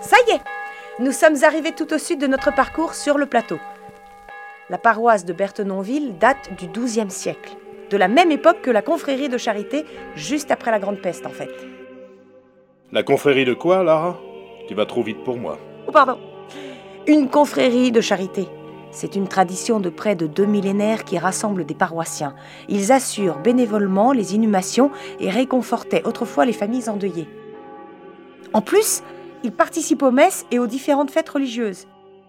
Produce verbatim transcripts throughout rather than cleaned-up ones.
Ça y est, nous sommes arrivés tout au sud de notre parcours sur le plateau. La paroisse de Berthenonville date du douzième siècle, de la même époque que la confrérie de charité, juste après la Grande Peste en fait. La confrérie de quoi, Lara? Tu vas trop vite pour moi. Oh pardon. Une confrérie de charité. C'est une tradition de près de deux millénaires qui rassemble des paroissiens. Ils assurent bénévolement les inhumations et réconfortaient autrefois les familles endeuillées. En plus, ils participent aux messes et aux différentes fêtes religieuses.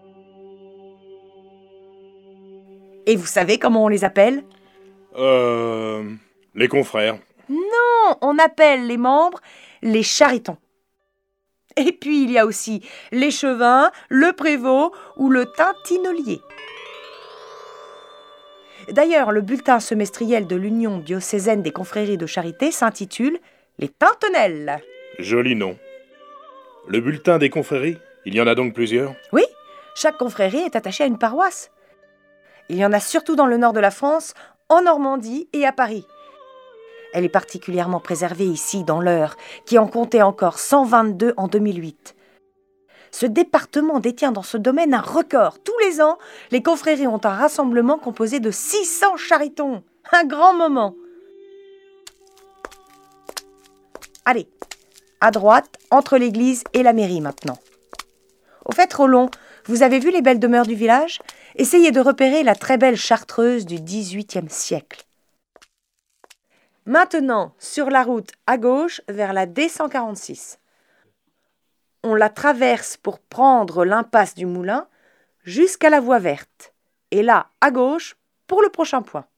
Et vous savez comment on les appelle ? Euh... Les confrères. Non, on appelle les membres les charitons. Et puis il y a aussi l'échevin, le prévôt ou le tintinolier. D'ailleurs, le bulletin semestriel de l'Union diocésaine des confréries de charité s'intitule « Les Tintenelles ». Joli nom. Le bulletin des confréries, il y en a donc plusieurs ? Oui, chaque confrérie est attachée à une paroisse. Il y en a surtout dans le nord de la France, en Normandie et à Paris. Elle est particulièrement préservée ici, dans l'Eure, qui en comptait encore cent vingt-deux en deux mille huit. Ce département détient dans ce domaine un record. Tous les ans, les confréries ont un rassemblement composé de six cents charitons. Un grand moment. Allez, à droite, entre l'église et la mairie maintenant. Au fait, Rollon, vous avez vu les belles demeures du village ? Essayez de repérer la très belle chartreuse du dix-huitième siècle. Maintenant, sur la route à gauche vers la D cent quarante-six. On la traverse pour prendre l'impasse du Moulin jusqu'à la voie verte. Et là, à gauche, pour le prochain point.